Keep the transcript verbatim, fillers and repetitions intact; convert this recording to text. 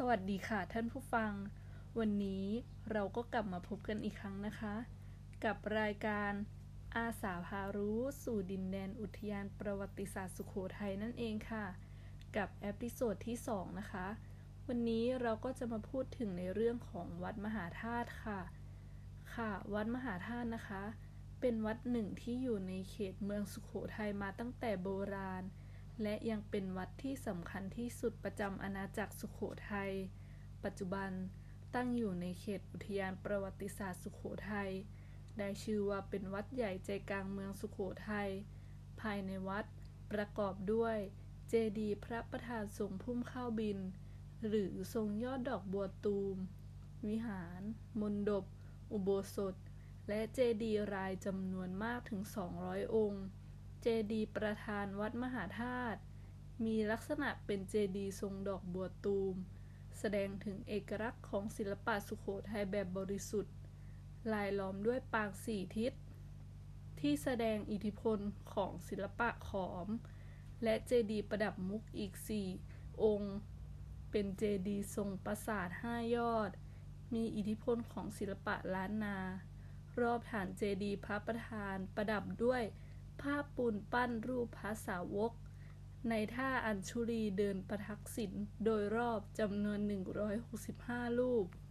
วัสดีค่ะท่านผู้ฟังวันนี้เราก็กลับมาพบกันอีกครั้งนะคะกับรายการอาสาพารู้สู่ดินแดนอุทยานประวัติศาสตร์สุโขทัยนั่นเองค่ะกับเอพิโซดที่สองนะคะวันนี้เราก็จะมาพูดถึงในเรื่องของวัดมหาธาตุค่ะค่ะวัดมหาธาตุนะคะเป็นวัดหนึ่งที่อยู่ในเขตเมืองสุโขทัยมาตั้งแต่โบราณและยังเป็นวัดที่สำคัญที่สุดประจำอาณาจักรสุโขทัยปัจจุบันตั้งอยู่ในเขตอุทยานประวัติศาสตร์สุโขทัยได้ชื่อว่าเป็นวัดใหญ่ใจกลางเมืองสุโขทัยภายในวัดประกอบด้วยเจดีย์พระประธานทรงพุ่มข้าวบินหรือทรงยอดดอกบัวตูมวิหารมณฑปอุโบสถและเจดีย์รายจำนวนมากถึงสองร้อยองค์เจดีย์ประธานวัดมหาธาตุมีลักษณะเป็นเจดีย์ทรงดอกบัวตูมแสดงถึงเอกลักษณ์ของศิลปะสุโขทัยแบบบริสุทธิ์ลายล้อมด้วยปางสี่ทิศที่แสดงอิทธิพลของศิลปะขอมและเจดีย์ประดับมุกอีกสี่องค์เป็นเจดีย์ทรงปราสาทห้ายอดมีอิทธิพลของศิลปะล้านนารอบฐานเจดีย์พระประธานประดับด้วยภาพปูนปั้นรูปพระสาวกในท่าอัญชุลีเดินประทักษิณโดยรอบจำนวนหนึ่งร้อยหกสิบห้ารูป